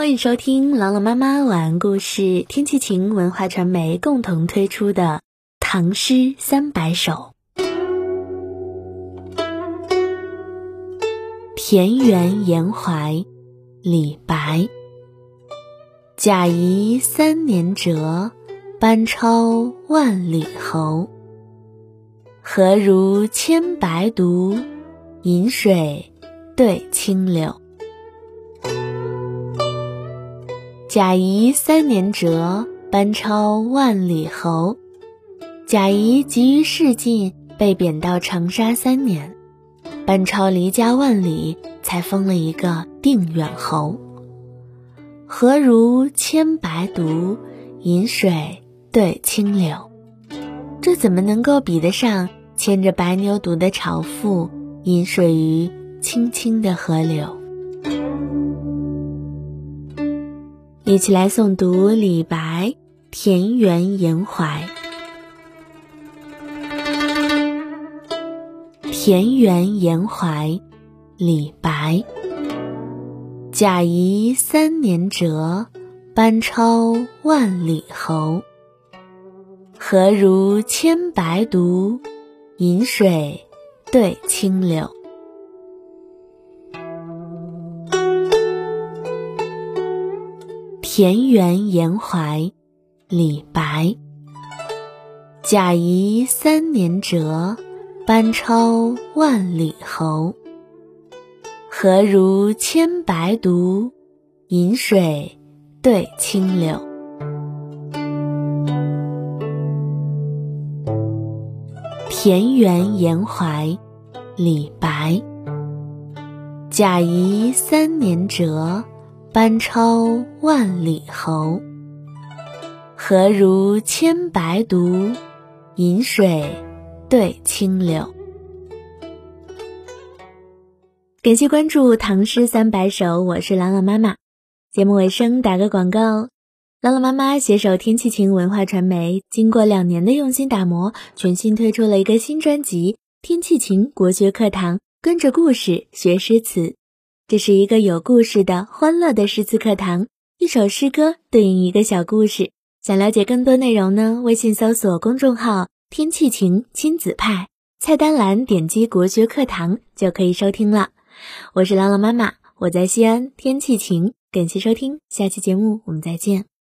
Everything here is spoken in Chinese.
欢迎收听朗朗妈妈晚安故事，天气晴文化传媒共同推出的《唐诗300首》。田园颜怀，李白。贾谊3年谪，班超万里侯。何如千百独，饮水对清流。贾谊3年谪，班超万里侯。贾谊急于仕进，被贬到长沙3年，班超离家万里，才封了一个定远侯。何如千百独，饮水对清流。这怎么能够比得上牵着白牛犊的朝父，饮水于清清的河流。一起来诵读李白《田园颜怀》。田园颜怀，李白。贾谊3年谪，班超万里侯。何如千百独，饮水对清流。田园颜怀，李白。贾谊3年谪，班超万里侯。何如千百独，饮水对清流。田园颜怀，李白。贾谊3年谪，班超万里侯。何如千百独，饮水对清流。感谢关注唐诗300首，我是朗朗妈妈。节目尾声打个广告哦。朗朗妈妈携手天气晴文化传媒，经过2年的用心打磨，全新推出了一个新专辑《天气晴国学课堂》，跟着故事学诗词。这是一个有故事的欢乐的诗词课堂，一首诗歌对应一个小故事。想了解更多内容呢，微信搜索公众号天气晴亲子派，菜单栏点击国学课堂就可以收听了。我是朗朗妈妈，我在西安，天气晴，感谢收听，下期节目我们再见。